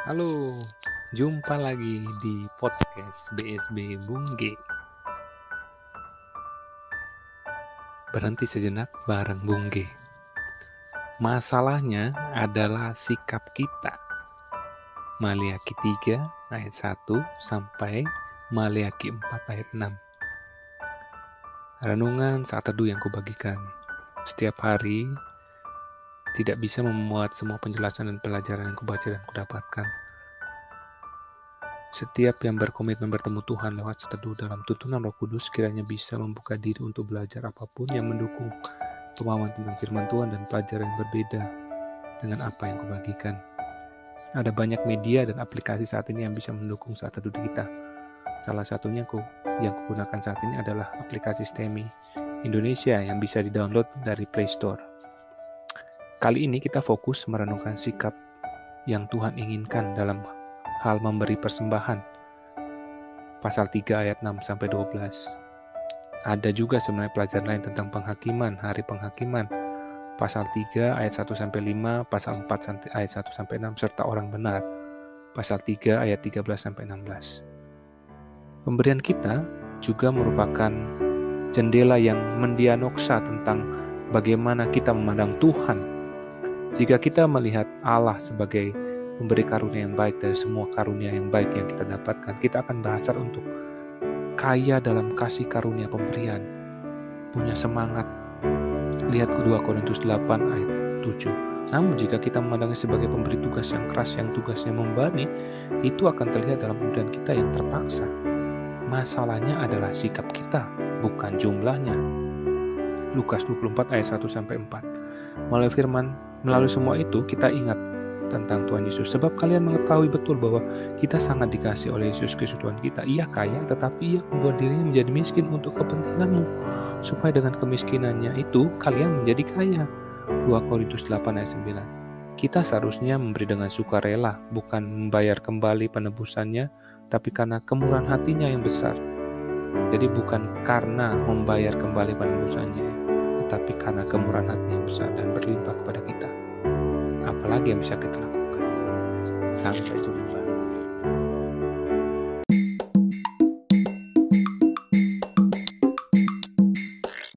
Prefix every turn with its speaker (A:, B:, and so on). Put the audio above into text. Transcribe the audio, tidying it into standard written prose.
A: Halo, jumpa lagi di podcast BSB Bung G. Berhenti sejenak bareng Bung G. Masalahnya adalah sikap kita. Maliaki 3 ayat 1 sampai Maliaki 4 ayat 6. Renungan saat teduh yang kubagikan. Setiap hari tidak bisa memuat semua penjelasan dan pelajaran yang kubaca dan kudapatkan. Setiap yang berkomitmen bertemu Tuhan lewat seteduh dalam tuntunan Roh Kudus kiranya bisa membuka diri untuk belajar apapun yang mendukung pemahaman tentang firman Tuhan dan pelajaran yang berbeda dengan apa yang kubagikan. Ada banyak media dan aplikasi saat ini yang bisa mendukung saat teduh kita. Salah satunya yang kugunakan saat ini adalah aplikasi STEMI Indonesia yang bisa didownload dari Play Store. Kali ini kita fokus merenungkan sikap yang Tuhan inginkan dalam hal memberi persembahan. Pasal 3 ayat 6 sampai 12. Ada juga sebenarnya pelajaran lain tentang penghakiman, hari penghakiman. Pasal 3 ayat 1 sampai 5, pasal 4 ayat 1 sampai 6 serta orang benar. Pasal 3 ayat 13 sampai 16. Pemberian kita juga merupakan jendela yang mendiagnosa tentang bagaimana kita memandang Tuhan. Jika kita melihat Allah sebagai memberi karunia yang baik dari semua karunia yang baik yang kita dapatkan, kita akan berdasar untuk kaya dalam kasih karunia pemberian, punya semangat. Lihat 2 Korintus 8 ayat 7. Namun jika kita memandangnya sebagai pemberi tugas yang keras, yang tugasnya membebani, itu akan terlihat dalam pemberian kita yang terpaksa. Masalahnya adalah sikap kita, bukan jumlahnya. Lukas 24 ayat 1 sampai 4. Melalui semua itu kita ingat tentang Tuhan Yesus. Sebab kalian mengetahui betul bahwa kita sangat dikasihi oleh Yesus Kristus Tuhan kita. Ia kaya, tetapi ia membuat dirinya menjadi miskin untuk kepentinganmu, supaya dengan kemiskinannya itu kalian menjadi kaya. 2 Korintus 8 ayat 9. Kita seharusnya memberi dengan sukarela, bukan membayar kembali penebusannya, tapi karena kemurahan hatinya yang besar. Jadi bukan karena membayar kembali penebusannya, tetapi karena kemurahan hatinya yang besar dan berlimpah kepada kita. Apalagi yang bisa kita lakukan. Sampai jumpa.